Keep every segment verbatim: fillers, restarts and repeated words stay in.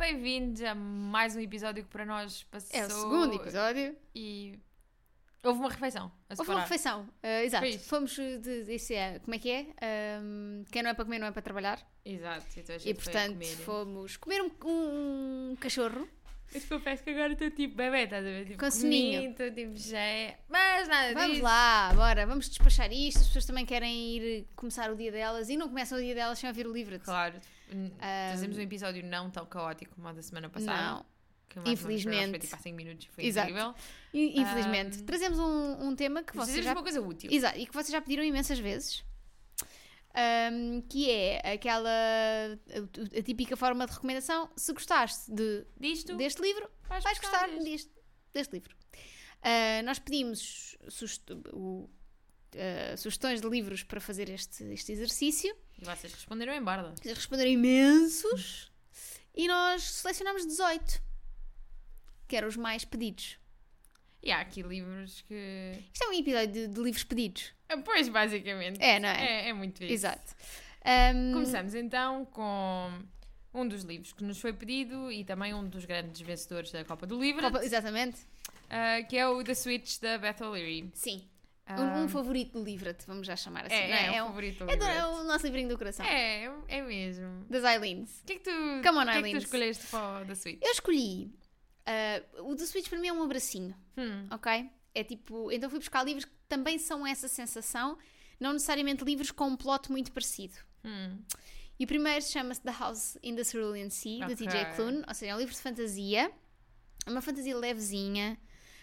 bem-vindos a mais um episódio que para nós passou... É o segundo episódio. E houve uma refeição a Houve separar. uma refeição, uh, exato. Foi isso. Fomos de, de, isso é, como é que é? Um, quem não é para comer não é para trabalhar. Exato. Então a gente E foi portanto comer. fomos comer um, um, um cachorro. Eu te confesso que agora estou tipo bebê, estás a ver? Tipo, Com soninho. comi, estou tipo já é... Mas nada Vamos disso. lá, bora, vamos despachar isto. As pessoas também querem ir começar o dia delas e não começam o dia delas sem ouvir o livro. Claro. Fazemos um episódio não tão caótico como a da semana passada. Não. Que mais Infelizmente. Uma vez foi tipo há cinco minutos, foi Exato. incrível. E, infelizmente, Um, trazemos um, um tema que vocês Fazemos já... uma coisa útil. Exato, e que vocês já pediram imensas vezes. Um, que é aquela a, a típica forma de recomendação. Se gostaste de, Disto, deste livro, vais, vais gostar gostar deste, deste livro. Uh, nós pedimos sugest- o, uh, sugestões de livros para fazer este, este exercício. E vocês responderam em barda. Vocês responderam imensos e nós selecionámos dezoito, que eram os mais pedidos. E há aqui livros que... Isto é um episódio de, de livros pedidos. Pois, basicamente. É, não é? É, é muito isso. Exato. Um, Começamos então com um dos livros que nos foi pedido e também um dos grandes vencedores da Copa do Livro, Copa- exatamente. uh, que é o The Switch, da Beth O'Leary. Sim. Uh, Um, um favorito do Livret, vamos já chamar assim. é, não é, é, o um- favorito do é, do- livro. é o nosso livrinho do coração. É, é mesmo. Das Eileens. O que é que tu, Come on, o que é que tu Eileen. escolheste para o The Switch? Eu escolhi. Uh, o The Switch para mim é um abracinho, Hum. ok? É tipo. Então fui buscar livros que também são essa sensação, não necessariamente livros com um plot muito parecido. Hum. E o primeiro chama-se The House in the Cerulean Sea, de T J Ok. Klune, ou seja, é um livro de fantasia, é uma fantasia levezinha.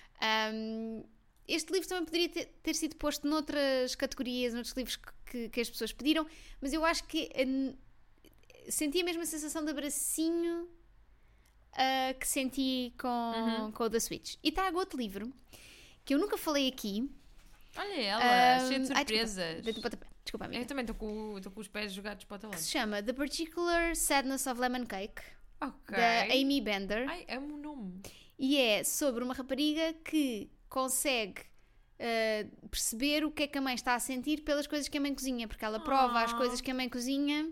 Um, este livro também poderia ter, ter sido posto noutras categorias, noutros livros que, que, que as pessoas pediram, mas eu acho que hum, senti a mesma sensação de abracinho uh, que senti com, Uhum. com o The Switch. E está outro livro que eu nunca falei aqui. Olha ela, Um, cheia de ai, desculpa, surpresas. dei-te um pontapé. Desculpa, amiga. Eu também estou com, estou com os pés jogados para o Que talão. se chama The Particular Sadness of Lemon Cake, Ok. da Amy Bender. Ai, amo o nome. E é sobre uma rapariga que consegue uh, perceber o que é que a mãe está a sentir pelas coisas que a mãe cozinha, porque ela prova Ah. as coisas que a mãe cozinha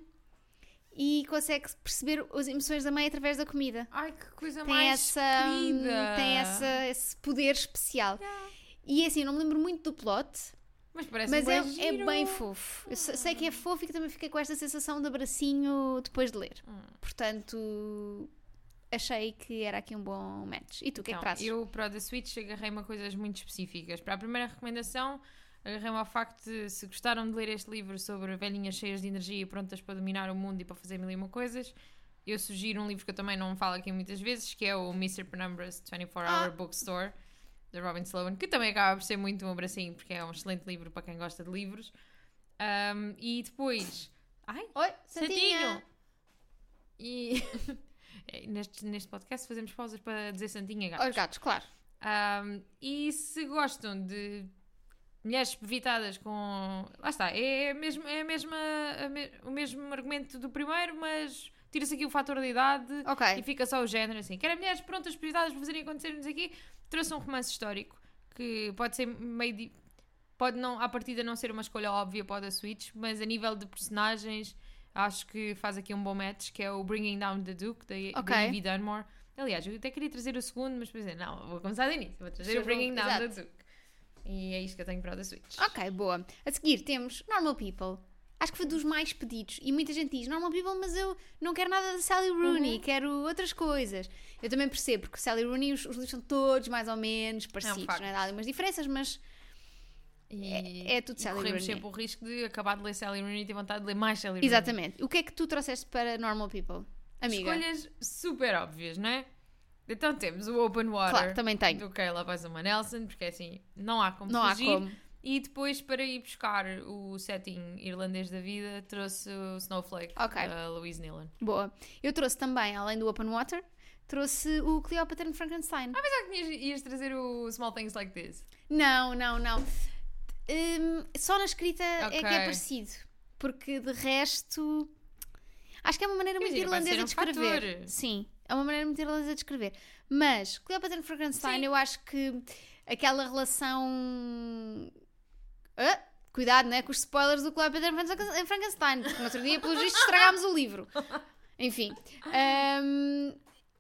e consegue perceber as emoções da mãe através da comida. Ai, que coisa Tem, mais essa, querida. tem essa, esse poder especial. Yeah. E é assim, eu não me lembro muito do plot, Mas parece mas um é, bué é giro. bem fofo. Eu se- sei que é fofo e que também fiquei com esta sensação de abracinho depois de ler. Hum. Portanto, achei que era aqui um bom match. E tu, o que é que Então, trazes? eu para o The Switch agarrei-me a coisas muito específicas. Para a primeira recomendação, agarrei-me ao facto de, se gostaram de ler este livro sobre velhinhas cheias de energia e prontas para dominar o mundo e para fazer mil e uma coisas, eu sugiro um livro que eu também não falo aqui muitas vezes, que é o mister Penumbra's vinte-quatro hour Ah. Bookstore, da Robin Sloan, que também acaba por ser muito um abracinho, porque é um excelente livro para quem gosta de livros. Um, e depois... Ai, Oi, Santinha! Santinho! E é, neste, neste podcast fazemos pausas para dizer Santinha, gatos. Aos gatos, claro. Um, e se gostam de mulheres evitadas com... Lá está, é, mesmo, é a mesma, a me- o mesmo argumento do primeiro, mas tira-se aqui o fator da idade Ok. e fica só o género, assim. Querem mulheres prontas, preparadas para fazerem acontecer, não sei o quê. Trouxe um romance histórico que pode ser meio... di- Pode não, à partida não ser uma escolha óbvia para o The Switch, mas a nível de personagens acho que faz aqui um bom match, que é o Bringing Down the Duke, da, Ok. da Evie Dunmore. Aliás, eu até queria trazer o segundo, mas pensei, não, vou começar do início, vou trazer Sim, o Bringing Down exato. the Duke. E é isto que eu tenho para o The Switch. Ok, boa. A seguir temos Normal People. Acho que foi dos mais pedidos. E muita gente diz Normal People, mas eu não quero nada da Sally Rooney, Uhum. quero outras coisas. Eu também percebo, porque Sally Rooney, os, os livros são todos mais ou menos parecidos. facto. Não é? Há ali umas diferenças, mas E, é- é tudo e Sally corremos Rooney. sempre o risco de acabar de ler Sally Rooney e ter vontade de ler mais Sally Rooney. exatamente. O que é que tu trouxeste para Normal People, amiga? Escolhas super óbvias, não é? Então temos o Open Water Claro, também tenho. do Kayla Bazuma Nelson, porque assim, não há como Não há fugir. como. E depois, para ir buscar o setting irlandês da vida, trouxe o Snowflake, Ok. da Louise Nealon. Boa. Eu trouxe também, além do Open Water, trouxe o Cleopatra and Frankenstein. Pensava que ias, ias trazer o Small Things Like This. Não, não, não. Hum, só na escrita é Ok. que é parecido. Porque de resto. Acho que é uma maneira muito Imagina, vai irlandesa ser de um escrever. fator. Sim, é uma maneira muito irlandesa de escrever. Mas Cleopatra and Frankenstein, Sim. eu acho que aquela relação. Ah, cuidado, né? Com os spoilers do Cleopatra and Frankenstein. Porque no outro dia, pelos vistos, estragámos o livro. Enfim. hum,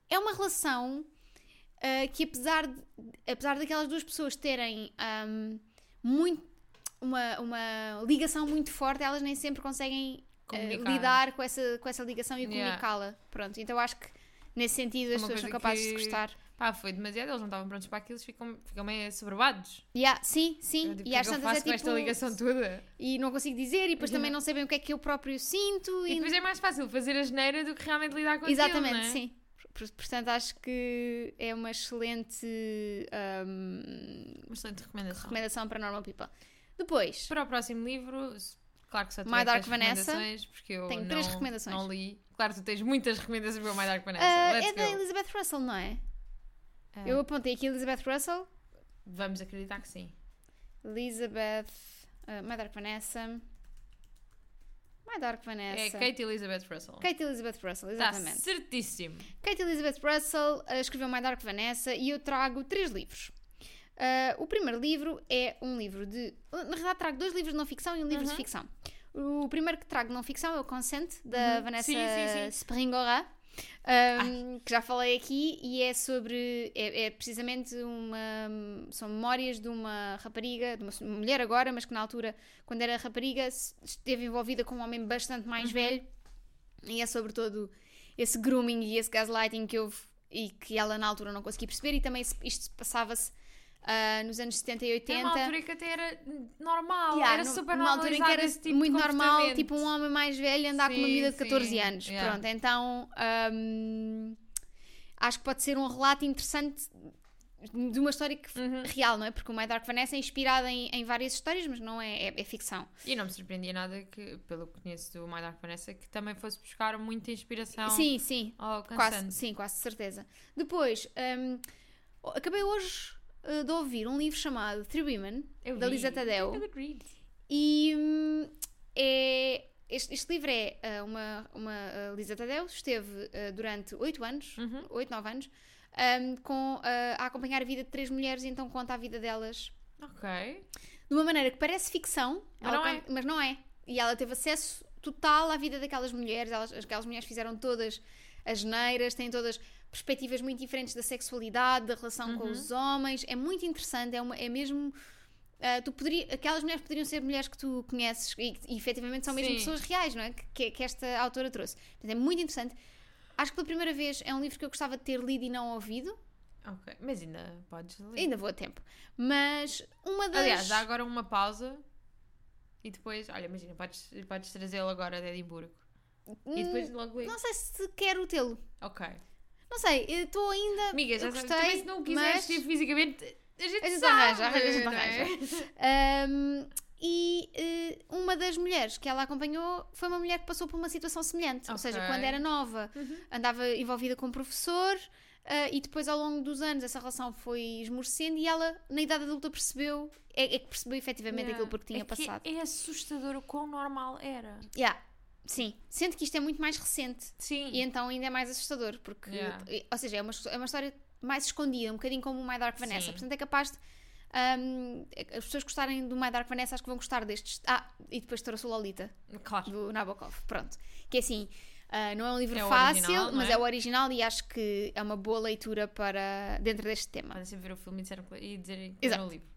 é uma relação uh, que apesar, de, apesar daquelas duas pessoas terem um, muito, uma, uma ligação muito forte, elas nem sempre conseguem uh, lidar com essa, com essa ligação e yeah. comunicá-la. Pronto, então acho que nesse sentido as pessoas são capazes que... de gostar. Pá, foi demasiado, eles não estavam prontos para aquilo, eles ficam, ficam meio assoberbados. Yeah, sim, sim. Tipo, e às tantas é tipo... com esta ligação toda. E não consigo dizer, e depois yeah. também não sei bem o que é que eu próprio sinto. E, e depois é mais fácil fazer a geneira do que realmente lidar com aquilo, exatamente, não é? Sim. Portanto, acho que é uma excelente... Um, uma excelente recomendação. recomendação para Normal People. Depois... Para o próximo livro, claro que só My Dark Vanessa. Porque eu tenho não, três recomendações. Não li. Claro, tu tens muitas recomendações para o My Dark Vanessa. Uh, Let's é go. da Elizabeth Russell, não é? Uh, eu apontei aqui Elizabeth Russell. Vamos acreditar que sim. Elizabeth... Uh, My Dark Vanessa... My Dark Vanessa. É Kate Elizabeth Russell. Kate Elizabeth Russell, exatamente. Está certíssimo. Kate Elizabeth Russell uh, escreveu My Dark Vanessa e eu trago três livros. Uh, o primeiro livro é um livro de... Na verdade trago dois livros de não ficção e um livro uh-huh. de ficção. O primeiro que trago de não ficção é o Consent, da uh-huh. Vanessa Springora, um, que já falei aqui, e é sobre... É, é precisamente uma... São memórias de uma rapariga, de uma mulher agora, mas que na altura, quando era rapariga, esteve envolvida com um homem bastante mais uh-huh. velho, e é sobre todo esse grooming e esse gaslighting que houve e que ela na altura não conseguia perceber, e também isto passava-se Uh, nos anos setenta e oitenta. Era uma altura que até era normal, yeah, era no, super numa altura em que era tipo muito normal, tipo um homem mais velho andar sim, com uma miúda de catorze sim, anos. Yeah. Pronto, então um, acho que pode ser um relato interessante de uma história que, uhum. real, não é? Porque o My Dark Vanessa é inspirado em, em várias histórias, mas não é, é, é ficção. E não me surpreendia nada que, pelo que conheço do My Dark Vanessa, que também fosse buscar muita inspiração. Sim, sim, ao quase, sim, quase certeza. Depois, um, acabei hoje de ouvir um livro chamado Three Women, eu da vi. Lisa Tadeu. E hum, é, este, este livro é uh, uma, uma uh, Lisa Tadeu esteve uh, durante oito anos, uhum. oito, nove anos, um, com, uh, a acompanhar a vida de três mulheres, e então conta a vida delas. Ok. De uma maneira que parece ficção, mas não, é. mas não é. E ela teve acesso total à vida daquelas mulheres. Elas, aquelas mulheres fizeram todas as geneiras, têm todas perspectivas muito diferentes da sexualidade, da relação uhum. com os homens. É muito interessante, é, uma, é mesmo... Uh, tu poderia, aquelas mulheres poderiam ser mulheres que tu conheces e, e efetivamente são mesmo Sim. pessoas reais, não é? Que, que esta autora trouxe. Portanto, é muito interessante. Acho que pela primeira vez é um livro que eu gostava de ter lido e não ouvido. Ok, mas ainda podes ler. Ainda vou a tempo. Mas uma das... Aliás, já agora uma pausa e depois, olha, imagina, podes, podes trazê-lo agora de Edimburgo. Hum, e depois logo ler. Não sei se quero tê-lo. Ok. Não sei, eu estou ainda... Amiga, já gostei, sabes, também se não quiseres mas... ter fisicamente, a gente, a gente sabe, arranja, a gente não arranja. É? Um, e uh, uma das mulheres que ela acompanhou foi uma mulher que passou por uma situação semelhante. Okay. Ou seja, quando era nova, uhum. andava envolvida com um professor, uh, e depois ao longo dos anos essa relação foi esmorecendo, e ela na idade adulta percebeu, é, é que percebeu efetivamente yeah. aquilo por que tinha é que passado. É assustador o quão normal era. Yeah. Sim, sendo que isto é muito mais recente. Sim. E então ainda é mais assustador, porque, yeah. ou seja, é uma, é uma história mais escondida, um bocadinho como o My Dark Vanessa. Sim. Portanto, é capaz de um, as pessoas gostarem do My Dark Vanessa, acho que vão gostar destes. Ah, e depois trouxe o Lolita, claro. do Nabokov. Pronto. Que é assim, uh, não é um livro é fácil, original, mas é? é o original, e acho que é uma boa leitura para dentro deste tema. Podem sempre ver o filme e dizer, e dizer que Exato. é o livro.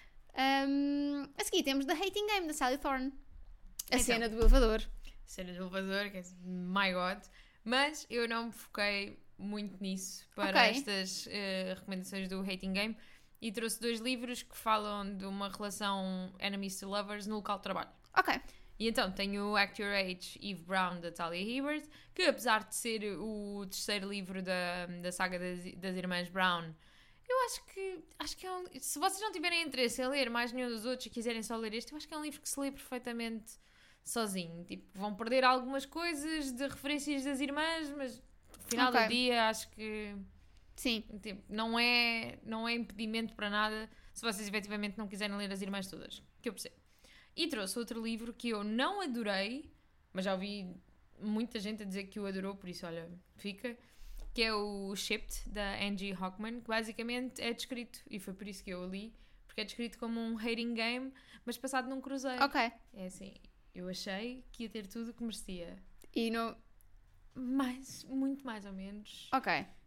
Um, a seguir temos The Hating Game, da Sally Thorne. A então. cena do elevador. Cena do elevador, que é my god, mas eu não me foquei muito nisso para okay. estas uh, recomendações do Hating Game, e trouxe dois livros que falam de uma relação enemies to lovers no local de trabalho. Ok. E então tenho o Act Your Age, Eve Brown, da Talia Hibbert, que apesar de ser o terceiro livro da, da saga das, das irmãs Brown, eu acho que, acho que é um, se vocês não tiverem interesse em ler mais nenhum dos outros e quiserem só ler este, eu acho que é um livro que se lê perfeitamente sozinho. Tipo, vão perder algumas coisas de referências das irmãs, mas no final okay. do dia acho que sim. Tipo, não, é, não é impedimento para nada se vocês efetivamente não quiserem ler as irmãs todas, que eu percebo. E trouxe outro livro que eu não adorei, mas já ouvi muita gente a dizer que o adorou, por isso olha, fica, que é o Shipped, da Angie Hockman, que basicamente é descrito, e foi por isso que eu o li, porque é descrito como um hating game, mas passado num cruzeiro. Ok. É assim, eu achei que ia ter tudo o que merecia. E não... Mais, muito mais ou menos. Ok.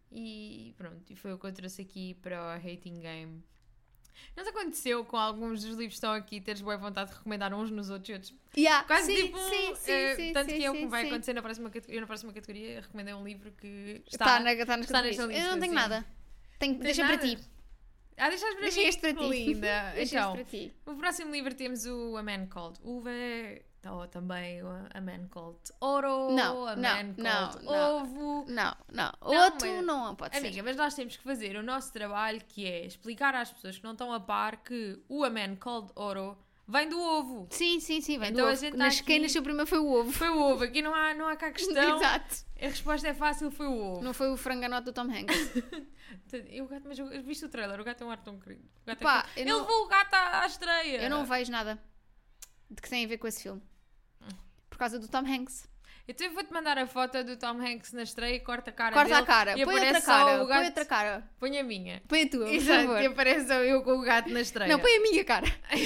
E pronto, e foi o que eu trouxe aqui para o Hating Game. Não te aconteceu com alguns dos livros que estão aqui teres boa vontade de recomendar uns nos outros e outros? Yeah, Quase sim, tipo, sim, sim, eh, sim, tanto sim, que é o sim, que vai sim. acontecer na próxima categoria. Eu na próxima categoria recomendei um livro que está, Está, na, está nas está categorias. nesta lista. Eu não tenho sim. nada. Tenho, Tens deixa para nada? ti. Ah, deixaste para Deixa mim, este para que ti. linda. Deixa Então, este para ti. o próximo livro temos o A Man Called Uve, ou também o A Man Called Oro, Não, A não, Man não, Called não. Ovo. Não, não. Não, Outro mas- não pode Amiga, ser. mas nós temos que fazer o nosso trabalho, que é explicar às pessoas que não estão a par que o A Man Called Oro vem do ovo. Sim, sim, sim. Vem Então do a ovo. gente Nas, tá Quem aqui- nasceu primeiro foi o ovo. Foi o ovo, aqui não há, não há cá questão. Exato. A resposta é fácil, foi o ovo. Não foi o franganote do Tom Hanks. Eu, gato, mas eu, viste o trailer, o gato é um ar tão querido. O gato é Pá, querido. eu Ele não- levou o gato à, à estreia. Eu não vejo nada de que tem a ver com esse filme. Por causa do Tom Hanks. Então eu vou-te mandar a foto do Tom Hanks na estreia e corta a cara Corta dele. a cara. E Põe outra aparece só cara. o gato. Põe outra cara. Põe a minha. Põe a tua, por Exato, favor. e aparece só eu com o gato na estreia. Não, põe a minha cara.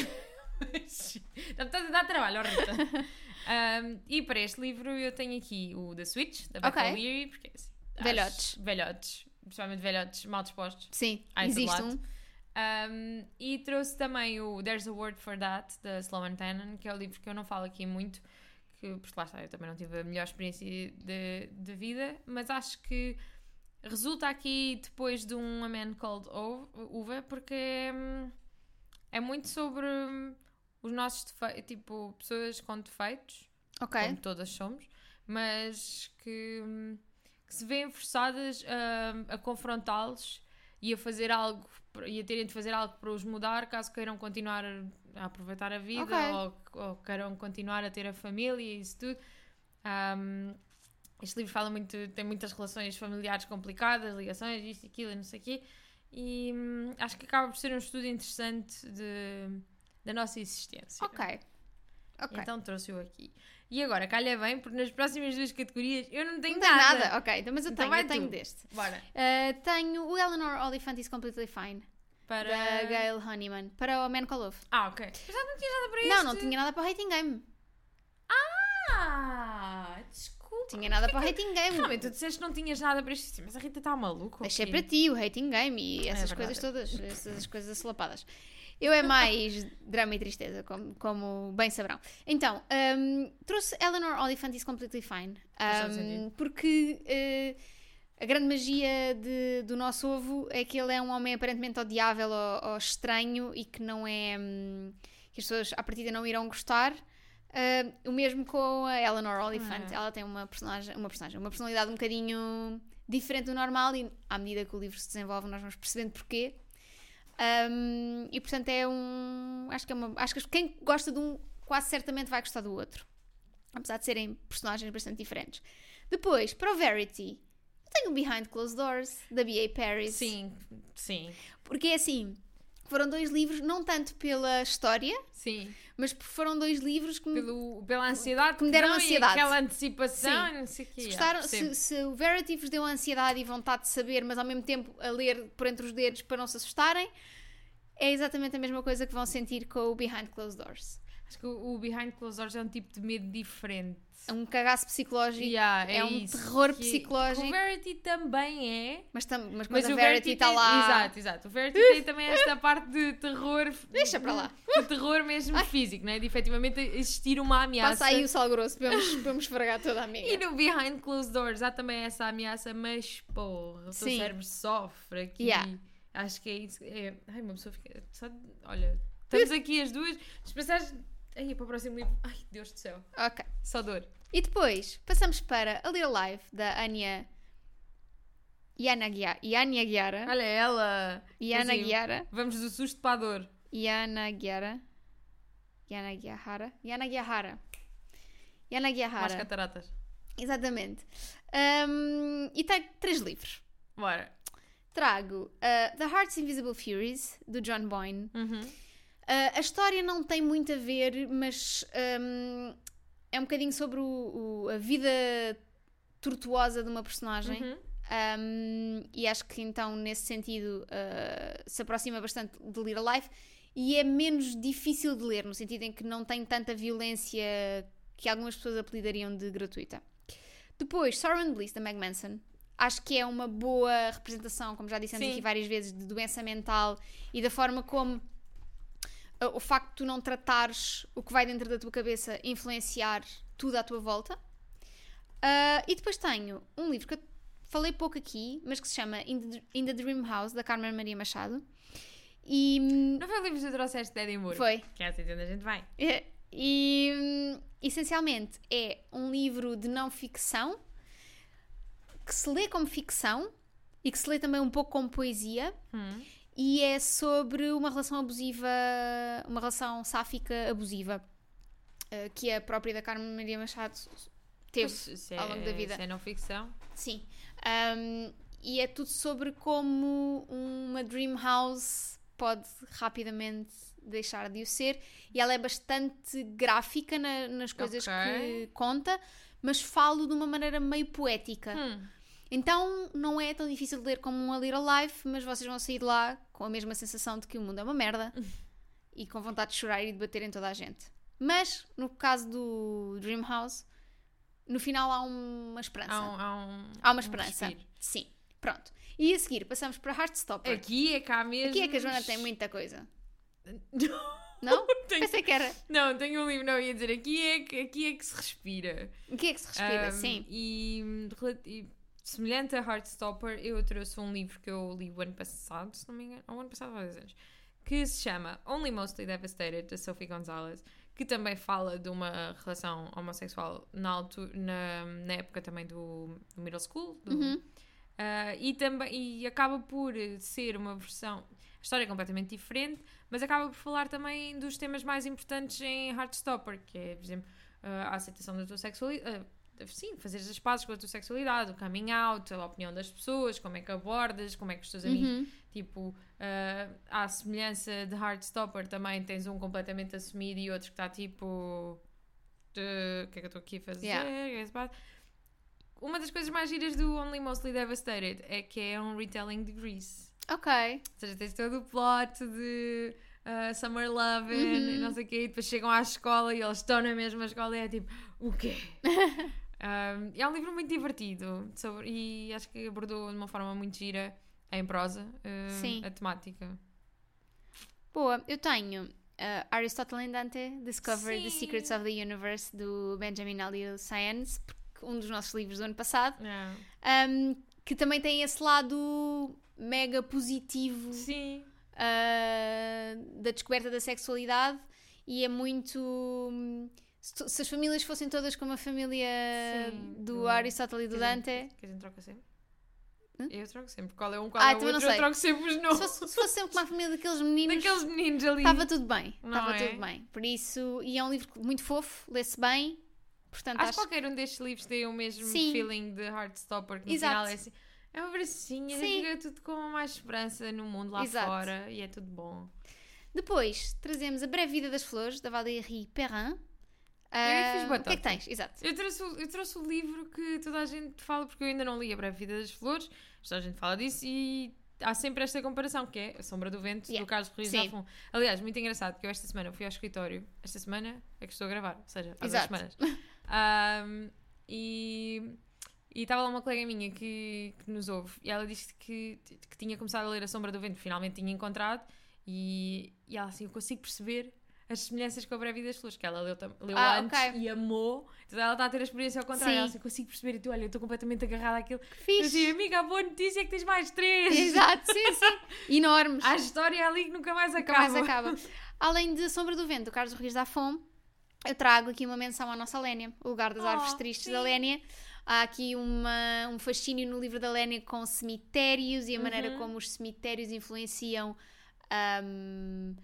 Não estás a dar trabalho, ó Rita. Um, e para este livro eu tenho aqui o The Switch, da Beth Ok. O'Leary, porque assim, acho- Velhotes. velhotes, principalmente velhotes mal dispostos. Sim, Há esse existe lado. um. Um, e trouxe também o There's a Word for That, da Sloan Tannen, que é o livro que eu não falo aqui muito, que, porque lá está, eu também não tive a melhor experiência de, de vida, mas acho que resulta aqui depois de um A Man Called Uve, porque é, é muito sobre os nossos defeitos, tipo, pessoas com defeitos, Ok. como todas somos, mas que, que se veem forçadas a, a confrontá-los e a fazer algo, e a terem de fazer algo para os mudar, caso queiram continuar a aproveitar a vida, Ok. ou, ou queiram continuar a ter a família e isso tudo. Um, este livro fala muito, tem muitas relações familiares complicadas, ligações, isto e aquilo e não sei o quê, e hum, acho que acaba por ser um estudo interessante de, da nossa existência. Ok. Ok. Então trouxe-o aqui. E agora, calha bem, porque nas próximas duas categorias eu não tenho Não tem nada. nada. Ok, então, mas eu Então tenho, vai eu tenho tu. deste. Bora. Uh, tenho o Eleanor Oliphant is Completely Fine, Para... da Gail Honeyman, para o Man Call Love. Ah, ok. Mas já não tinha nada para este. Não, não tinha nada para o Hating Game. Ah, desculpa. Tinha nada para o Hating Game. Realmente, tu disseste que não tinhas nada para este. Mas a Rita está maluca. ou Deixei quê? para ti o Hating Game e essas verdade, coisas é todas, essas coisas assolapadas. Eu é mais drama e tristeza, como, como bem saberão. Então, um, trouxe Eleanor Oliphant is Completely Fine. Faz todo Um, sentido. porque uh, a grande magia de- do nosso ovo é que ele é um homem aparentemente odiável ou, ou estranho e que não é. hum, que as pessoas à partida não irão gostar. Uh, o mesmo com a Eleanor Oliphant. Ah. Ela tem uma personagem, uma personagem, uma personalidade um bocadinho diferente do normal e à medida que o livro se desenvolve nós vamos percebendo porquê. Um, e portanto é um. Acho que é uma. Acho que quem gosta de um quase certamente vai gostar do outro. Apesar de serem personagens bastante diferentes. Depois, para o Verity, eu tenho o Behind Closed Doors, da B A Paris. Sim, sim, Porque é assim. Foram dois livros, não tanto pela história, sim. mas porque foram dois livros que me Pelo, pela ansiedade que me deram dão ansiedade. E aquela antecipação Sim. e não sei o quê. Se, yeah, gostaram, percebo. se, se o Verity vos deu ansiedade e vontade de saber, mas ao mesmo tempo a ler por entre os dedos para não se assustarem, é exatamente a mesma coisa que vão sentir com o Behind Closed Doors. Acho que o, o Behind Closed Doors é um tipo de medo diferente. É um cagaço psicológico, Yeah, é, um isso. terror Que- psicológico, que o Verity também é. mas, tam, mas Mas quando o a Verity está tem, lá... Exato, exato. O Verity tem também esta parte de terror. Deixa para lá. De terror mesmo físico, não é? De efetivamente existir uma ameaça. Passa aí o sal grosso para eu para eu me esfregar toda a amiga. E no Behind Closed Doors há também essa ameaça, mas porra, o teu Sim. cérebro sofre aqui. Yeah. Acho que é isso. É... Ai, uma pessoa fica. Só... Olha, estamos aqui as duas. Se pensares. Ai, para o próximo livro. Ai, Deus do céu. Ok. Só dor. E depois passamos para A Little Life, da Anya... Yana Guiara. Yana Guiara. Olha ela. Yana Assim, Guiara. Vamos do susto para a dor. Yana Guiara. Yana Guiahara. Yana Guiahara. Yana Mais Guiahara. cataratas. Exatamente. Um, e tem três livros. Bora. Trago uh, The Heart's Invisible Furies, do John Boyne. Uhum. Uh, a história não tem muito a ver, mas um, é um bocadinho sobre o, o- a vida tortuosa de uma personagem. Uhum. Um, e acho que então, nesse sentido, uh, se aproxima bastante de Little Life e é menos difícil de ler, no sentido em que não tem tanta violência que algumas pessoas apelidariam de gratuita. Depois, Sorrow and Bliss, da Meg Manson. acho que é uma boa representação, como já dissemos Sim. aqui várias vezes, de doença mental e da forma como uh, o facto de tu não tratares o que vai dentro da tua cabeça influenciar tudo à tua volta. Uh, e depois tenho um livro que eu falei pouco aqui, mas que se chama In the, In the Dream House, da Carmen Maria Machado. E, Não foi o livro que tu trouxeste de Edimburgo? Foi. Que é assim onde a gente vai. E, e hum, essencialmente é um livro de não ficção que se lê como ficção e que se lê também um pouco como poesia. Hum. E é sobre uma relação abusiva, uma relação sáfica abusiva, uh, que a própria da Carmen Maria Machado teve Se ao longo é, da vida. se é não ficção. Sim. Um, e é tudo sobre como uma dream house pode rapidamente deixar de o ser. E ela é bastante gráfica na- nas coisas Ok. que conta, mas falo de uma maneira meio poética. Hum. Então não é tão difícil de ler como um A Little Life, mas vocês vão sair de lá com a mesma sensação de que o mundo é uma merda e com vontade de chorar e de bater em toda a gente. Mas, no caso do Dream House, no final há uma esperança. Há um, há um, Há uma um esperança. respiro. Sim, pronto. E a seguir passamos para Heartstopper. Aqui é cá mesmo. Aqui é que a Joana tem muita coisa. Não, Não? tenho, Pensei que era. não, tenho um livro, não ia dizer. Aqui é, que- aqui é que se respira. O que é que se respira? Um, Sim. E, e semelhante a Heartstopper, eu trouxe um livro que eu li o ano passado, se não me engano, ou o ano passado há dois anos, que se chama Only Mostly Devastated, da Sophie Gonzalez, que também fala de uma relação homossexual na, altura, na, na época também do, do middle school. Do, Uhum. Uh, e, também, e acaba por ser uma versão. A história é completamente diferente, mas acaba por falar também dos temas mais importantes em Heartstopper, que é, por exemplo, uh, a aceitação da tua sexualidade. Uh, sim, fazer as pazes com a tua sexualidade, o coming out, a opinião das pessoas, como é que abordas, como é que os teus amigos. Uhum. Tipo, uh, à semelhança de Heartstopper, também tens um completamente assumido e outro que está tipo. de, O que é que eu estou aqui a fazer? Yeah. O que é que se passa? Uma das coisas mais giras do Only Mostly Devastated é que é um retelling de Grease. Ok. Ou seja, tens todo o plot de uh, Summer Lovin' Uhum. e não sei o quê, e depois chegam à escola e eles estão na mesma escola e é tipo, o quê? um, é um livro muito divertido sobre, e acho que abordou de uma forma muito gira, em prosa, uh, Sim. a temática. Boa. Eu tenho uh, Aristotle and Dante, Discover the Sim. Secrets of the Universe, do Benjamin Alio Science, um dos nossos livros do ano passado, Yeah. um, que também tem esse lado mega positivo Sim. uh, da descoberta da sexualidade e é muito... hum, Se, tu- se as famílias fossem todas como a família Sim, do do- Aristóteles e do Que a gente- Dante... Que a gente troca sempre? Hã? Eu troco sempre. Qual é um, qual Ah, é o também não outro? Eu sei. troco sempre os Se nomes. fosse, se fosse sempre como a família daqueles meninos... Daqueles meninos ali. Estava tudo bem, Não estava é? tudo bem. Por isso, e é um livro muito fofo, lê-se bem, portanto Acho acho, que qualquer um destes livros tem o mesmo Sim. feeling de Heartstopper, que no Exato. final é assim, é uma bracinha, Sim. fica tudo com mais esperança no mundo lá Exato. fora e é tudo bom. Depois, trazemos A Breve Vida das Flores, da Valérie Perrin. é que fiz Ah, o batata. que é que tens? Exato. Eu trouxe, o- eu trouxe o livro que toda a gente fala, porque eu ainda não li A Breve Vida das Flores, toda a gente fala disso e há sempre esta comparação, que é A Sombra do Vento, Yeah. do Carlos Ruiz Sim. Zafón. Aliás, muito engraçado, que eu esta semana fui ao escritório, esta semana é que estou a gravar, ou seja, há duas Exato. semanas. Ahm, e e estava lá uma colega minha que, que nos ouve e ela disse que, que tinha começado a ler A Sombra do Vento, finalmente tinha encontrado e, e ela assim, eu consigo perceber as semelhanças com A Breve Vida das Flores, que ela leu, tam- leu Ah, antes ok. e amou, então ela está a ter a experiência ao contrário, Sim. ela assim, consigo perceber e tu, olha, eu estou completamente agarrada àquilo. Que Eu fixe. assim, amiga, a boa notícia é que tens mais três. Exato, sim, sim. Enormes. Há história ali que nunca mais Nunca acaba. mais acaba. Além de A Sombra do Vento, do Carlos Ruiz Zafón, eu trago aqui uma menção à nossa Lénia, O Lugar das Oh, Árvores Tristes sim. da Lénia. Há aqui uma, um fascínio no livro da Lénia com cemitérios e a maneira Uhum. como os cemitérios influenciam. ahm,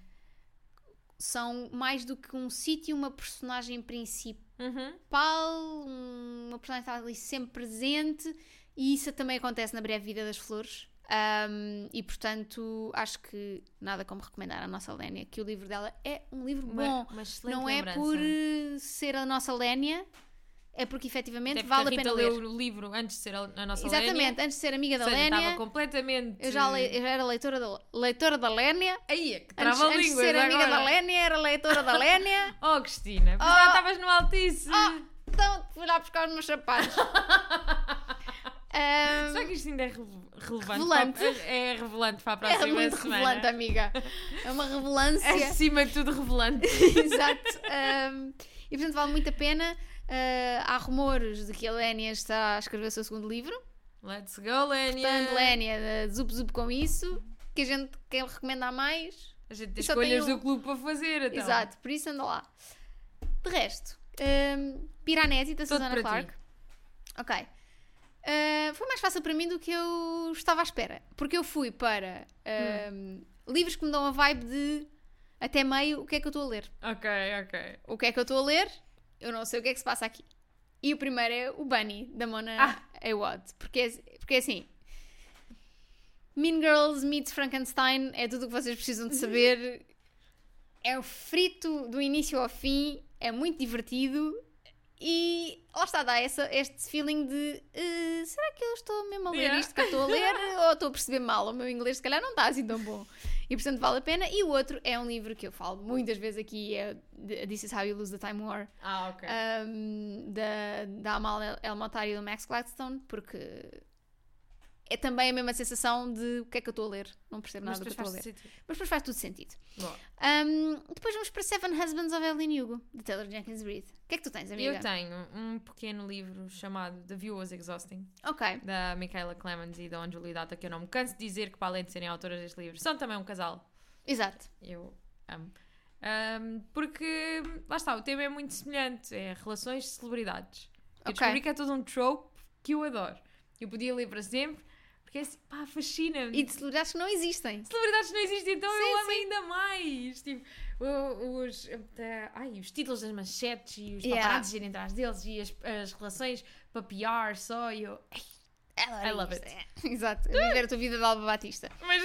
são mais do que um sítio, uma personagem principal, Uhum. uma personagem que está ali sempre presente, e isso também acontece na Breve Vida das Flores. Ahm, e portanto, acho que nada como recomendar à nossa Lénia, que o livro dela é um livro bom. Uma, uma excelente Não é lembrança. por eh, ser a nossa Lénia, é porque efetivamente Até porque vale a Rita pena leu ler. o livro antes de ser a, a nossa Exatamente, Lénia. antes de ser amiga da Ou seja, estava Lénia, completamente... eu já, le- eu já era leitora da, leitora da Lénia. Aí, é que Antes, trava a antes de língua ser amiga agora. da Lénia, era leitora da Lénia. Oh, Cristina, mas Oh. já estavas no Altice. Oh, então fui lá buscar os meus sapatos. Um, Será que isto ainda é rele- relevante? Revelante. Para, é revelante para a é próxima muito semana. revelante, amiga. É uma revelância. É acima de tudo revelante. Exato. Um, e portanto vale muito a pena. Uh, há rumores de que a Lénia está a escrever o seu segundo livro. Let's go, Lénia. Portanto, Lénia, uh, zup zup com isso. Que a gente quer recomendar mais. A gente tem Só escolhas tenho- do clube para fazer, então. Exato, por isso anda lá. De resto, um, Piranesi da Todo Susana para Clark. ti. Ok. Uh, foi mais fácil para mim do que eu estava à espera. Porque eu fui para um, livros que me dão a vibe de até meio o que é que eu estou a ler. Ok, ok. O que é que eu estou a ler? Eu não sei o que é que se passa aqui. E o primeiro é o Bunny, da Mona Ah. Awad. Porque, é- porque é assim... Mean Girls meets Frankenstein é tudo o que vocês precisam de saber. É o frito do início ao fim. É muito divertido. E lá está, dá essa, este feeling de uh, será que eu estou mesmo a ler Yeah. isto que eu estou a ler ou estou a perceber mal? O meu inglês se calhar não está assim tão bom. E portanto vale a pena. E o outro é um livro que eu falo muitas vezes aqui, é The- This Is How You Lose the Time War, Ah, ok. um, da, da Amal El- El-Matari e do Max Gladstone, porque é também a mesma sensação de o que é que eu estou a ler, não percebo Mas nada do que eu depois estou a ler. faz sentido. Mas depois faz tudo sentido. Boa. Um, depois vamos para Seven Husbands of Evelyn Hugo, de Taylor Jenkins Reid. O que é que tu tens, amiga? Eu tenho um pequeno livro chamado The View Was Exhausting, Ok. da Michaela Clemens e da Anjuli Data, que eu não me canso de dizer que, para além de serem autoras deste livro, são também um casal. Exato. Eu amo. Um, porque, lá está, o tema é muito semelhante. É relações de celebridades. Eu Ok. descobri que é todo um trope que eu adoro. Eu podia ler para sempre, porque é assim, pá, fascina-me. E de celebridades que não existem. Celebridades não existem, então Sim, eu amo sim. ainda mais. Tipo, o- os, eh, ai, os títulos das manchetes e os Yeah. paparazzi irem atrás deles e as, as relações para P R só. E eu, ai, Ela I love isto, é. Exato. A viver a tua vida de Alba Batista. mas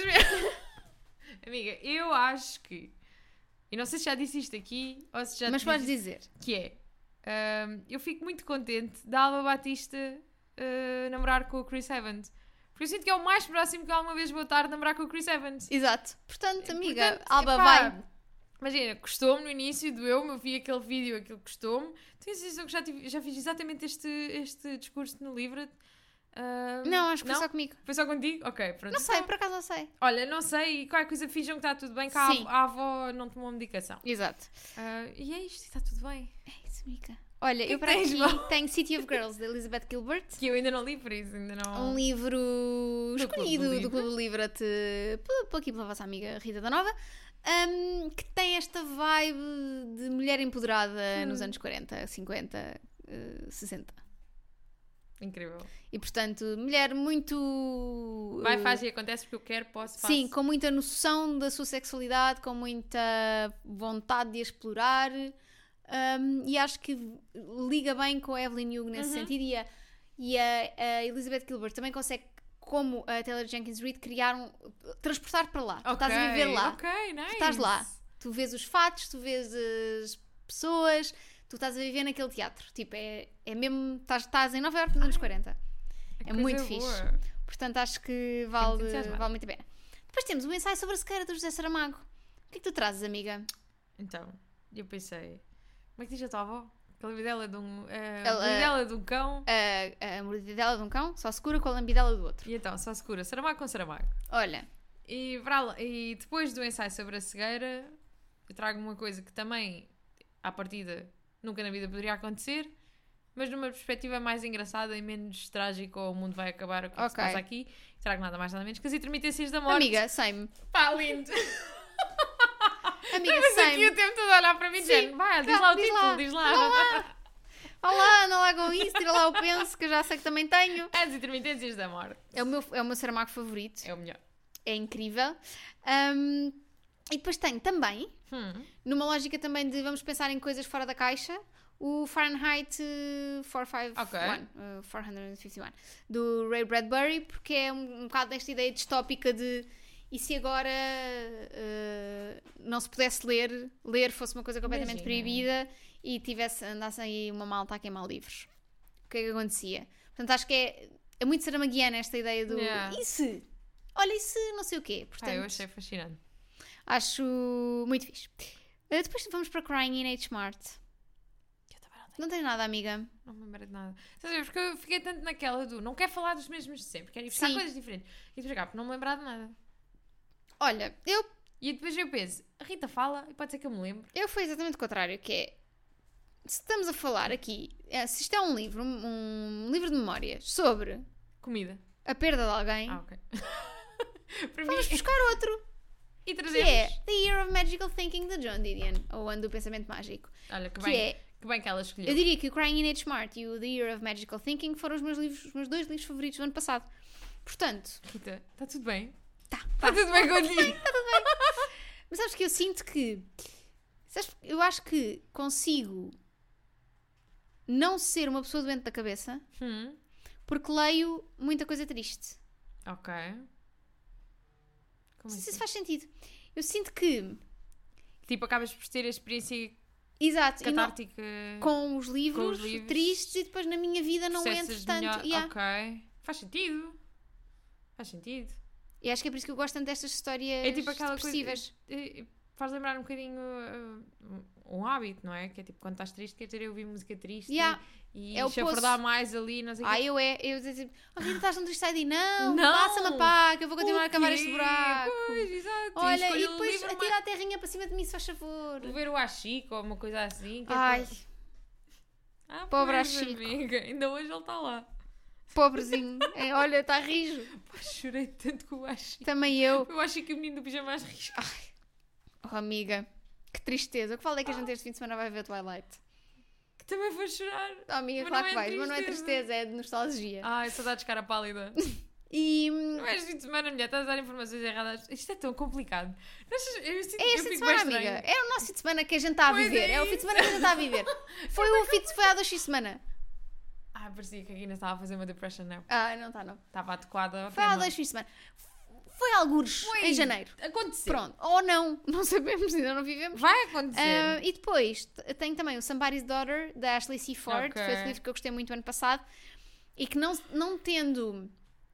amiga, eu acho que, e não sei se já disse isto aqui ou se já Mas te podes disse, dizer. que é, ahm, eu fico muito contente da Alba Batista ah, namorar com o Chris Evans. Porque eu sinto que é o mais próximo que alguma vez vou estar de namorar com o Chris Evans. Exato. Portanto, amiga, Portanto, Alba epá, vai. Imagina, custou-me no início, doeu-me, eu vi aquele vídeo, aquilo custou-me. Tenho a sensação que já, tive- já fiz exatamente este, este discurso no livro. Ah, Não, acho que não? foi só comigo. Foi só contigo? Ok, pronto. Não sei, Então, por acaso não sei. olha, não sei, e qualquer coisa finjam que está tudo bem, que a, Sim. avó, a avó não tomou medicação. Exato. Ah, e é isto, está tudo bem. É isso, amiga. Olha, que eu para tens, aqui Val? tenho City of Girls, de Elizabeth Gilbert. Que eu ainda não li, por isso ainda não... Um livro Clube escolhido do do Livro. Clube do Livro te- por, por aqui pela vossa amiga Rita da Nova, um, que tem esta vibe de mulher empoderada Hum. nos anos quarenta, cinquenta, eh, sessenta. Incrível. E portanto, mulher muito. Vai, eh, faz e acontece porque eu quero, posso, faço. Sim, com muita noção da sua sexualidade, com muita vontade de a explorar. Um, e acho que liga bem com a Evelyn Hugo nesse Uhum. sentido. E, a, e a, a Elizabeth Gilbert também consegue, como a Taylor Jenkins Reid, criar um. transportar para lá. Tu estás a viver lá. Ok, nice. Tu estás lá. Tu vês os fatos, tu vês as pessoas, tu estás a viver naquele teatro. Tipo, é, é mesmo. Estás, estás em Nova Iorque nos anos quarenta. É Coisa muito boa. fixe. Portanto, acho que vale, muito entusiasmada. vale muito a pena. Depois temos o ensaio sobre a sequeira do José Saramago. O que é que tu trazes, amiga? Então, eu pensei, como é que diz a tua avó? A lambidela de um, eh, Ela- a lambidela de um cão. A, a mordidela de um cão só se cura com a lambidela do outro. E então, só se cura Saramago com Saramago. Olha, E, para lá- e depois do ensaio sobre a cegueira, eu trago uma coisa que também, à partida, nunca na vida poderia acontecer, mas numa perspectiva mais engraçada e menos trágica, ou o mundo vai acabar, o que, é que se Ok. passa aqui. Trago nada mais nada menos que as intermitências da morte. amiga, sei-me. Pá, lindo! Amiga, Mas aqui sei-me. o tempo todo a olhar para mim, Sim. dizendo, vai, diz Tá, lá o diz título, lá. diz lá. Olá, anda lá com isso, tira lá o penso, que eu já sei que também tenho. As intermitências da morte. É o meu, é o meu Saramago favorito. É o melhor. É incrível. Um, e depois tenho também, Hum. numa lógica também de vamos pensar em coisas fora da caixa, o Fahrenheit eh, quatrocentos e cinquenta e um, eh, quatrocentos e cinquenta e um, do Ray Bradbury, porque é um, um bocado desta ideia distópica de e se agora eh, não se pudesse ler, ler fosse uma coisa completamente Imagina. proibida e tivesse, andasse aí uma malta a queimar livros. O que é que acontecia? Portanto, acho que é, é muito saramaguiana esta ideia do Yeah. e se? Olha, e se não sei o quê? Ah, Portanto, eu achei fascinante. acho muito fixe. Eh, depois vamos para Crying in H. Mart. Eu também não Não tens nada, amiga. Não me lembro de nada. Estás a ver? Porque eu fiquei tanto naquela do não quero falar dos mesmos de sempre, quero ir buscar Sim. coisas diferentes. E depois cá, por não me lembrar de nada. Olha, eu, E depois eu penso, a Rita fala e pode ser que eu me lembre. eu fui exatamente o contrário, que é... Se estamos a falar aqui... é, se isto é um livro, um, um livro de memórias sobre Comida. a perda de alguém, Ah, ok. Para mim, vamos buscar outro. e Que trazemos. é The Year of Magical Thinking de John Didion. Ou Ano do Pensamento Mágico. Olha, que Que bem, é... que bem que ela escolheu. Eu diria que o Crying in Age Smart e o The Year of Magical Thinking foram os meus, livros, os meus dois livros favoritos do ano passado. Portanto, Rita, está tudo bem? tá, Está tudo bem contigo? mas sabes que eu sinto que... Sabes, eu acho que consigo não ser uma pessoa doente da cabeça Hum, porque leio muita coisa triste. ok. Não Como sei se assim? isso faz sentido. Eu sinto que... Tipo, acabas por ter a experiência Exato. e não- catártica. com os livros, Com os livros. tristes e depois na minha vida não processas entro tanto. melhor. Yeah. Ok. Faz sentido. Faz sentido. E acho que é por isso que eu gosto tanto destas histórias É tipo aquela depressivas. coisa. eh, Faz lembrar um bocadinho uh, um hábito, não é? Que é tipo quando estás triste, quer dizer, eu ouvir música triste Yeah. e, É e o chafurdar mais ali, não sei o Ah, quê. eu é. Eu dizer, oh, Rita, estás num triste side? Não, Não. passa-me a pá, que eu vou continuar O a cavar quê? este buraco. Pois, exato. Olha, escolho e um depois livro atira a terrinha para cima de mim, se faz favor. mais- ver o Achico ou uma coisa assim. que é Ai, para- Ah, pobre pois, Achico. amiga. Ainda hoje ele está lá. pobrezinho. É, olha, está rijo. Pá, chorei tanto com o Achico. Também eu. Eu acho que o menino do pijama mais risco. Oh, amiga, que tristeza. O que falo é que a gente este fim de semana vai ver Twilight. Que também foi chorar. Oh, amiga, Mas claro não que é vais, mas não é tristeza. tristeza, é de nostalgia. Ai, saudades de cara pálida. E hum, Não é este fim de semana, mulher, estás a dar informações erradas. Isto é tão complicado. Não achas- Eu, sinto, é eu este fim de fico bem semana, estranha. amiga. É o nosso fim de semana que a gente está a Pois viver. é É, o fim de semana que a gente está a viver. Foi o fim de foi há dois fins de semana. Ah, parecia que a Guinness estava a fazer uma depression, não. Ah, não está, não. Estava adequada ao Foi há tema. dois fins de semana. Foi algures Foi. em janeiro. Aconteceu. Pronto. Ou não. Não sabemos, ainda não vivemos. Vai acontecer. Ah, e depois t- tenho também o Somebody's Daughter da Ashley C. Ford, Ok. que foi esse livro que eu gostei muito ano passado e que não, não tendo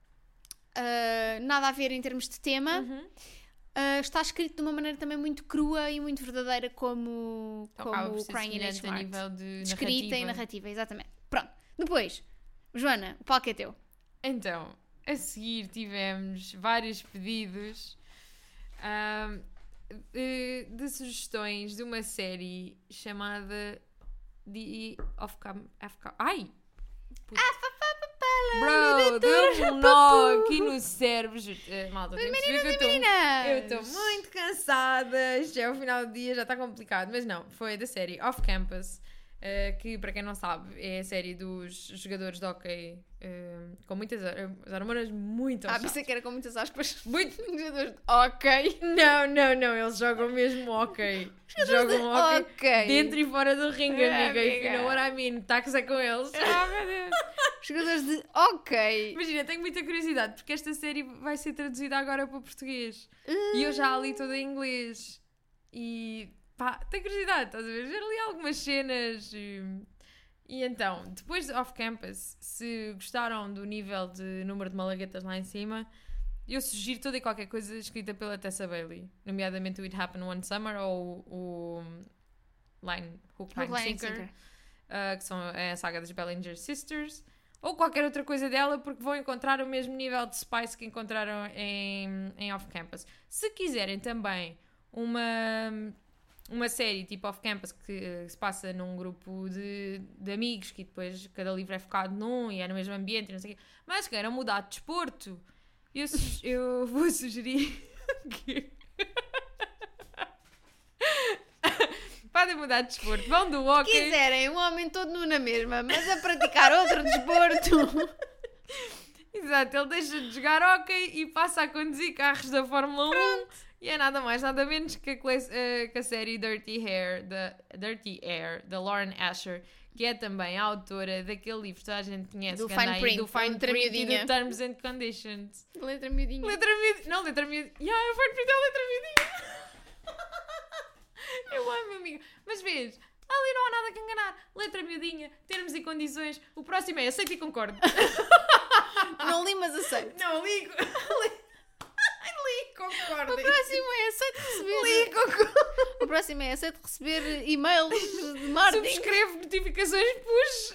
ah, nada a ver em termos de tema, Uhum. ah, está escrito de uma maneira também muito crua e muito verdadeira como, Acaba como por o ser Crying in Age semelhante a Smart. nível de Escrita narrativa. e narrativa, exatamente. Pronto. Depois, Joana, o palco é teu. Então, a seguir tivemos vários pedidos ahm, de, de sugestões de uma série chamada The of Cam... of Cam- Ai! Puta. Bro, deu-me um nó aqui no cérebro. Juro. Eh, Malta, tem que perceber que eu estou... Meninas! Eu estou muito cansada, já é o final do dia, já está complicado. Mas não, foi da série Off Campus, uh, que para quem não sabe é a série dos jogadores de hóquei uh, com muitas as hormonas muito Ah, altas. pensei que era com muitas aspas. Muito... Jogadores de ok. Não, não, não, eles jogam mesmo hóquei. Jogam hóquei Ok. dentro e fora do ringue, É, amiga. If you amiga. know what I mean, taxa com eles. Ah, meu Deus. Jogadores de ok. Imagina, tenho muita curiosidade porque esta série vai ser traduzida agora para português e eu já a li toda em inglês e pá, tenho curiosidade, estás a ver? Já li algumas cenas e, e então, depois de Off Campus, se gostaram do nível de número de malaguetas lá em cima, eu sugiro toda e qualquer coisa escrita pela Tessa Bailey, nomeadamente o It Happened One Summer ou o Line, Hook, Line, Hook, Line, Sinker, Sinker. uh, que são é a saga das Bellinger Sisters, ou qualquer outra coisa dela, porque vão encontrar o mesmo nível de spice que encontraram em, em Off Campus. Se quiserem também uma, uma série tipo Off Campus que uh, se passa num grupo de, de amigos, que depois cada livro é focado num e é no mesmo ambiente e não sei o quê, mas queiram mudar de desporto, eu, su- eu vou sugerir que podem mudar de desporto, vão do hockey. Quiserem um homem todo nu na mesma, mas a praticar outro desporto. Exato, ele deixa de jogar hóquei e passa a conduzir carros da Fórmula um e é nada mais, nada menos que a, cle- eh, que a série Dirty Hair, da Dirty Air, da Lauren Asher, que é também a autora daquele livro que toda a gente conhece, Do que Fine anda aí, Print, do da Fine letra Print e miudinha. do Terms and Conditions. Letra miudinha. Letra miudinha, não, letra miudinha, yeah, o Fine Print é a letra miudinha. Eu amo, amiga. Mas vês, ali não há nada que enganar. Letra miudinha, termos e condições. O próximo é aceito e concordo. Não li, mas aceito. Não, ligo. li, concordo. O próximo é aceito receber. O próximo é aceito receber e-mails de marketing. Subscrevo notificações push.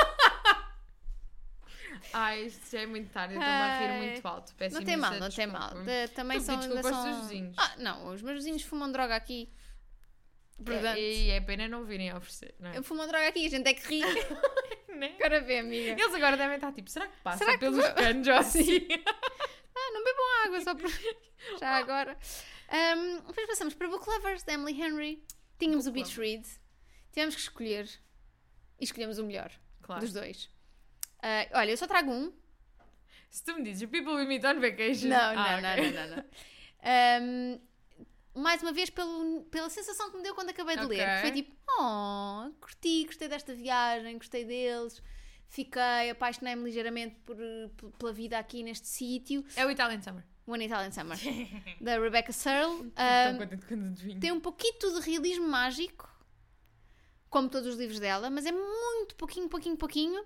Ai, isto já é muito tarde, eu estou-me a rir muito alto. Peço não tem mal, não desculpa. tem mal. De, também tu são, desculpa são... aos teus vizinhos. Ah, não, os meus vizinhos fumam droga aqui. Portanto, e é, é pena não virem a oferecer, não é? Eu fumo droga aqui, a gente é que ri. Né? Agora vê, amiga. Eles agora devem estar tipo, será que passa Será que pelos vou- canos ou assim? Ah, não bebam água, só por... Já agora. Um, depois passamos para Book Lovers, da Emily Henry. Tínhamos Book o Beach Read. Tivemos que escolher. E escolhemos o melhor Claro. dos dois. Ah, olha, eu só trago um. Se tu me dizes, people we meet on vacation. Não, não, Ah, não, ok. não, não, não. Um, mais uma vez, pelo, pela sensação que me deu quando acabei de Ok. ler. Foi tipo, oh, curti, gostei desta viagem, gostei deles. Fiquei, apaixonei-me ligeiramente por, por- pela vida aqui neste sítio. É o Italian Summer. One Italian Summer, da Rebecca Searle. Estou Um, contente quando adivinho. tem um pouquinho de realismo mágico, como todos os livros dela, mas é muito pouquinho, pouquinho, pouquinho.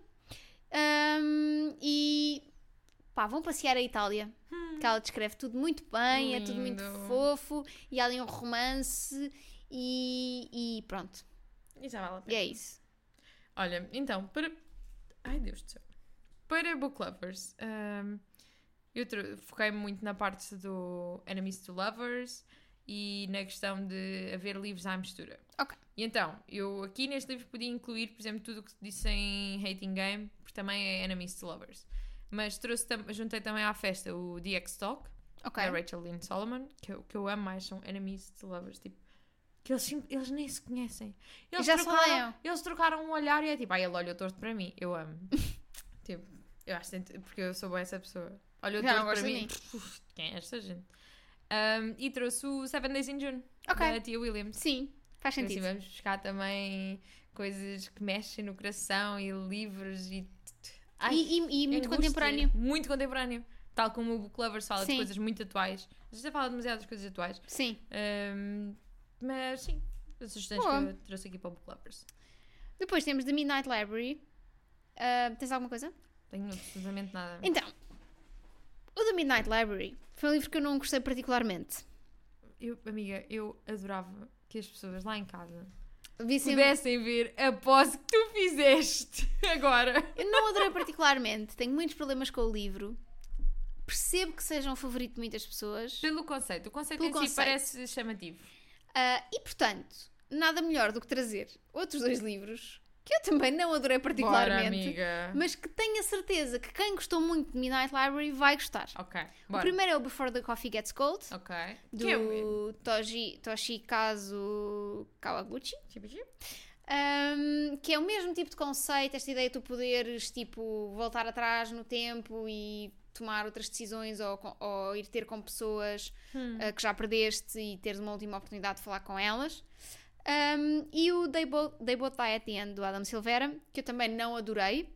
Um, e pá, vão passear a Itália, que ela descreve tudo muito bem, é tudo muito Lindo. fofo, e há ali um romance, e, e pronto, E já vale a e pena. é isso. Olha, então, para... Ai, Deus do céu. Para Book Lovers, hum, eu tro- foquei-me muito na parte do Enemies to Lovers e na questão de haver livros à mistura. Ok. E então, eu aqui neste livro podia incluir, por exemplo, tudo o que disse em Hating Game, porque também é Enemies to Lovers. Mas trouxe tam- juntei também à festa o The X-Talk, Ok. da Rachel Lynn Solomon, que eu, que eu amo mais, são Enemies to Lovers, tipo, que eles, sim- eles nem se conhecem. Eles já se trocaram, odeiam. eles trocaram um olhar e é tipo, ai, ele olha o torto para mim, eu amo. Tipo, eu acho que porque eu sou boa essa pessoa. Olha o Já não torto para gosto de mim. mim. Puf, quem é esta gente? Um, e trouxe o Seven Days in June, Ok. da Tia Williams. Sim, faz Assim, sentido. vamos buscar também coisas que mexem no coração e livros e... Ai, E, e- e muito angústia. contemporâneo. Muito contemporâneo. Tal como o Book Lovers fala Sim. de coisas muito atuais. A gente já fala demasiadas coisas atuais. Sim. Um, mas sim, as sugestões Boa. que eu trouxe aqui para o Book Lovers. Depois temos The Midnight Library. Ah, tens alguma coisa? Tenho absolutamente nada. Então, o The Midnight Library foi um livro que eu não gostei particularmente. Eu, amiga, eu adorava que as pessoas lá em casa Vi sempre... pudessem ver a pose que tu fizeste agora. Eu não adorei particularmente, tenho muitos problemas com o livro. Percebo que seja um favorito de muitas pessoas. Pelo conceito. O conceito Pelo em si conceito. parece chamativo. Ah, e, portanto, nada melhor do que trazer outros dois livros que eu também não adorei Bora, particularmente, amiga. mas que tenho a certeza que quem gostou muito de Midnight Library vai gostar. Ok, O bora. primeiro é o Before the Coffee Gets Cold, Ok. do Que é o... Toji, Toshikazu Kawaguchi. Tipo, tipo. Um, que é o mesmo tipo de conceito, esta ideia de tu poderes tipo, voltar atrás no tempo e tomar outras decisões ou, com- ou ir ter com pessoas Hum. uh, que já perdeste e teres uma última oportunidade de falar com elas. Um, e o They Both, They Both Die at the End, do Adam Silvera, que eu também não adorei,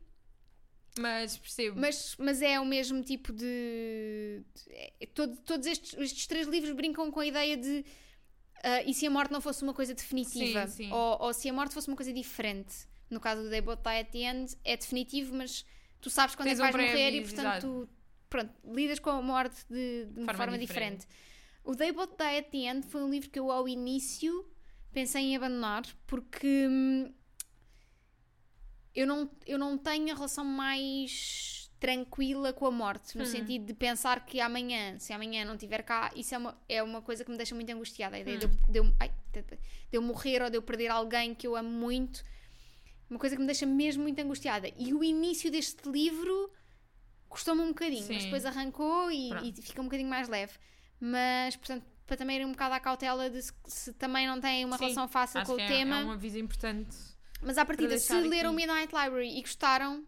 Mas percebo. mas, mas é o mesmo tipo de... de- é- todo- todos estes, estes três livros brincam com a ideia de ah, e se a morte não fosse uma coisa definitiva? Sim, sim. Ou, ou se a morte fosse uma coisa diferente? No caso do They Both Die at the End, é definitivo, mas tu sabes quando Tens é que um vais morrer e, pré-aviso, portanto, tu, pronto, lidas com a morte de, de uma Forma forma diferente. diferente. O They Both Die at the End foi um livro que eu, ao início, pensei em abandonar, porque hum, eu, não, eu não tenho a relação mais tranquila com a morte, no Hum. sentido de pensar que amanhã, se amanhã não estiver cá, isso é uma, é uma coisa que me deixa muito angustiada. A ideia Hum. de, eu, de, eu, ai, de, de eu morrer ou de eu perder alguém que eu amo muito, uma coisa que me deixa mesmo muito angustiada. E o início deste livro custou-me um bocadinho, Sim. mas depois arrancou e, Pronto. e fica um bocadinho mais leve. Mas, portanto, para também ir um bocado à cautela de se, se também não têm uma Sim, relação fácil Acho com que o é, tema. é um aviso importante. Mas à partida, para se deixar leram aqui. Midnight Library e gostaram,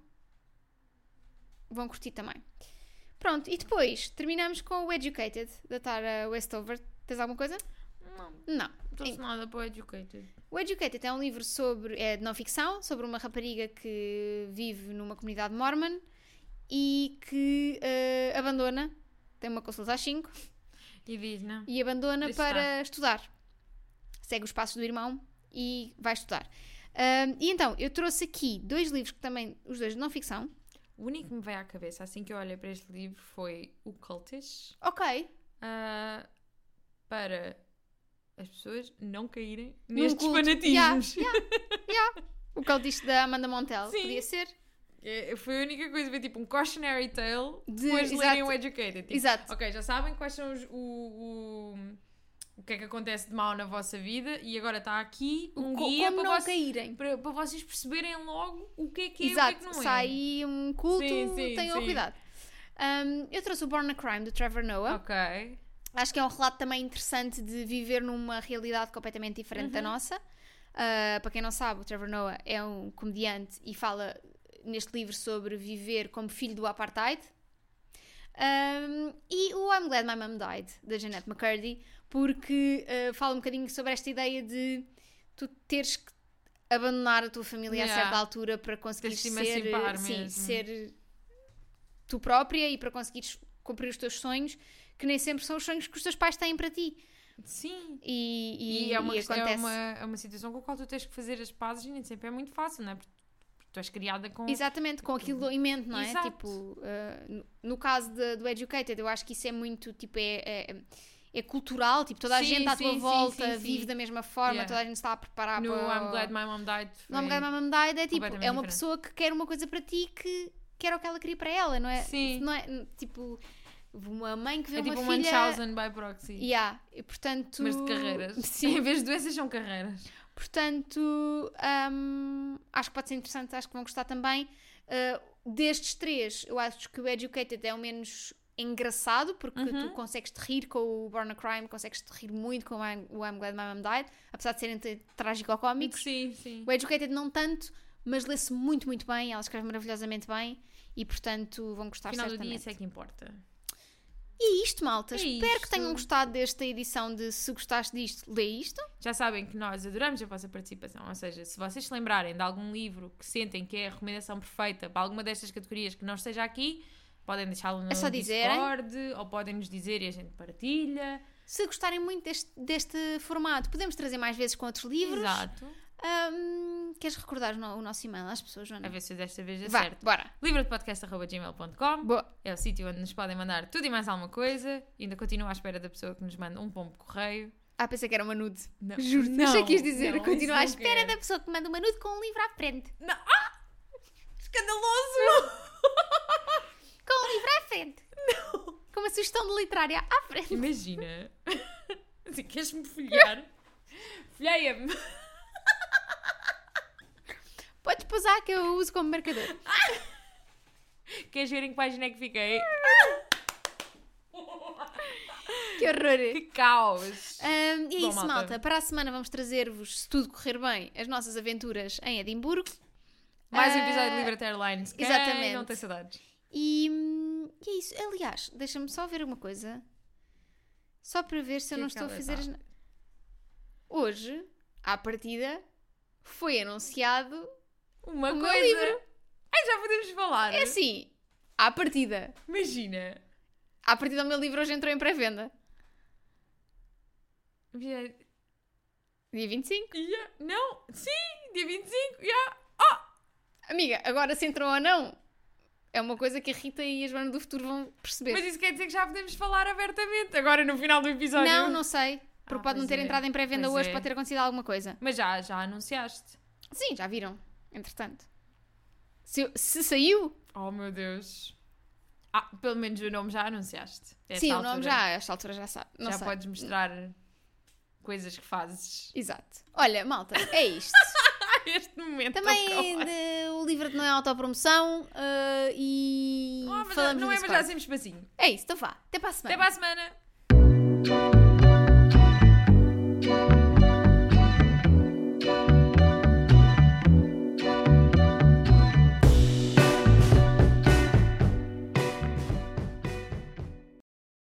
vão curtir também. Pronto, e depois terminamos com o Educated, da Tara Westover. Tens alguma coisa? Não, Não. não trouxe nada para o Educated. O Educated é um livro sobre, é de não ficção, sobre uma rapariga que vive numa comunidade mormon e que eh, abandona, tem uma consulta às cinco, E diz, não? e abandona Deixa para estudar. Segue os passos do irmão e vai estudar. Ahm, e então, eu trouxe aqui dois livros que também, os dois de não ficção. O único que me veio à cabeça assim que eu olhei para este livro foi o Cultish, Ok, uh, para as pessoas não caírem Num nestes culto. fanatismos. Yeah, yeah, yeah. O que ele disse da Amanda Montel. Sim. Podia ser. É, foi a única coisa, foi tipo um cautionary tale De- depois de exato. lerem o Educated. Tipo, Exato. ok, já sabem quais são os, o, o, o que é que acontece de mal na vossa vida e agora está aqui um Co- guia como para, não voce- caírem. para, para vocês perceberem logo o que é que é e o Exato. que é que não é. Sai um culto, Sim, sim, tenham sim. cuidado. Um, eu trouxe o Born a Crime, do Trevor Noah. Ok. Acho que é um relato também interessante de viver numa realidade completamente diferente Uhum. da nossa. Uh, para quem não sabe, o Trevor Noah é um comediante e fala neste livro sobre viver como filho do apartheid. Um, e o I'm Glad My Mom Died, da Jeanette McCurdy, porque uh, fala um bocadinho sobre esta ideia de tu teres que abandonar a tua família Yeah. a certa altura para conseguires Tens de ser, emancipar sim, mesmo. ser tu própria e para conseguires cumprir os teus sonhos, que nem sempre são os sonhos que os teus pais têm para ti. Sim. E, e, E, é, uma, e questão- acontece. é, uma, é uma situação com a qual tu tens que fazer as pazes e nem sempre é muito fácil, não é? Porque tu és criada com... Exatamente, com aquilo em mente, não é? Exato. Tipo, uh, no, no caso de- do Educated, eu acho que isso é muito, tipo, é, é, é cultural, tipo, toda a Sim, gente à sim, tua sim, volta sim, sim. vive da mesma forma, Yeah. toda a gente está a preparar No para... I'm Glad My Mom Died. No I'm foi- Glad My Mom Died é tipo, completamente é uma diferente. pessoa que quer uma coisa para ti que, que era o que ela queria para ela, não é? Sim. Não é, tipo, uma mãe que vê É uma tipo um filha... Munchausen by proxy. Yeah, e portanto... Mas de carreiras. Sim. Em vez de doenças, são carreiras. Portanto, hum, acho que pode ser interessante, acho que vão gostar também. Uh, destes três, eu acho que o Educated é o menos engraçado, porque Uhum. tu consegues te rir com o Born a Crime, consegues te rir muito com o I'm, o I'm Glad My Mom Died, apesar de serem t- trágico-cómicos. Sim, sim. O Educated não tanto, mas lê-se muito, muito bem, ela escreve maravilhosamente bem e, portanto, vão gostar No final do dia, certamente. isso é que importa. E é isto, malta. É Espero que isto. tenham gostado desta edição de Se Gostaste Disto, lê isto. Já sabem que nós adoramos a vossa participação. Ou seja, se vocês se lembrarem de algum livro que sentem que é a recomendação perfeita para alguma destas categorias que não esteja aqui, podem deixá-lo no É só dizerem. Discord, ou podem nos dizer e a gente partilha. Se gostarem muito deste, deste formato, podemos trazer mais vezes com outros livros. Exato. Ahm, queres recordar o, no- o nosso e-mail às pessoas, Joana? A ver se desta vez Vá, acerto. bora. livro de podcast arroba gmail ponto com Boa. é o sítio onde nos podem mandar tudo e mais alguma coisa. E ainda continuo à espera da pessoa que nos manda um pombo correio. Ah, pensei que era uma nude. Não. Juro-te. Não, Achei que ias dizer. não, Continuo isso à não espera quero. da pessoa que manda uma nude com um livro à frente. Não. Ah! Escandaloso! Com um livro à frente. Não! Com uma sugestão de literária à frente. Imagina. Assim, queres-me folhear? Folheia-me. Podes pousar que eu uso como marcador. Queres ver em que página é que fiquei? Que horror. Que caos! Ahm, e é Bom, isso, malta. malta. Para a semana vamos trazer-vos, se tudo correr bem, as nossas aventuras em Edimburgo. Mais um Ah, episódio de Liberty Airlines. Quem exatamente. não tem saudades? E, hum, e é isso. Aliás, deixa-me só ver uma coisa. Só para ver se eu Que não é que estou a ela fazer... está? As... Hoje, à partida, foi anunciado Uma o meu coisa. livro. Ai, já podemos falar. É assim, à partida. Imagina. À partida o meu livro hoje entrou em pré-venda. Dia- Dia vinte e cinco. Yeah. Não, sim, dia vinte e cinco. Yeah. Amiga, agora se entrou ou não, é uma coisa que a Rita e a Joana do futuro vão perceber. Mas isso quer dizer que já podemos falar abertamente agora no final do episódio. Não, não sei. Porque Ah, pode não pois ter é. entrado em pré-venda Pois hoje, é. pode ter acontecido alguma coisa. Mas já, já anunciaste. Sim, já viram. Entretanto. Se, se saiu, Oh meu Deus. Ah, pelo menos o nome já anunciaste. A esta sim, o altura. nome já, a esta altura já sabe. Não já sei. podes mostrar coisas que fazes. Exato. Olha, malta, é isto. Ah, este momento Também tão caótico. de- o livro não é autopromoção uh, e Ah, mas falamos não no é, mas já Discord. sempre espacinho. É isso, então vá. Até para a semana. Até para a semana.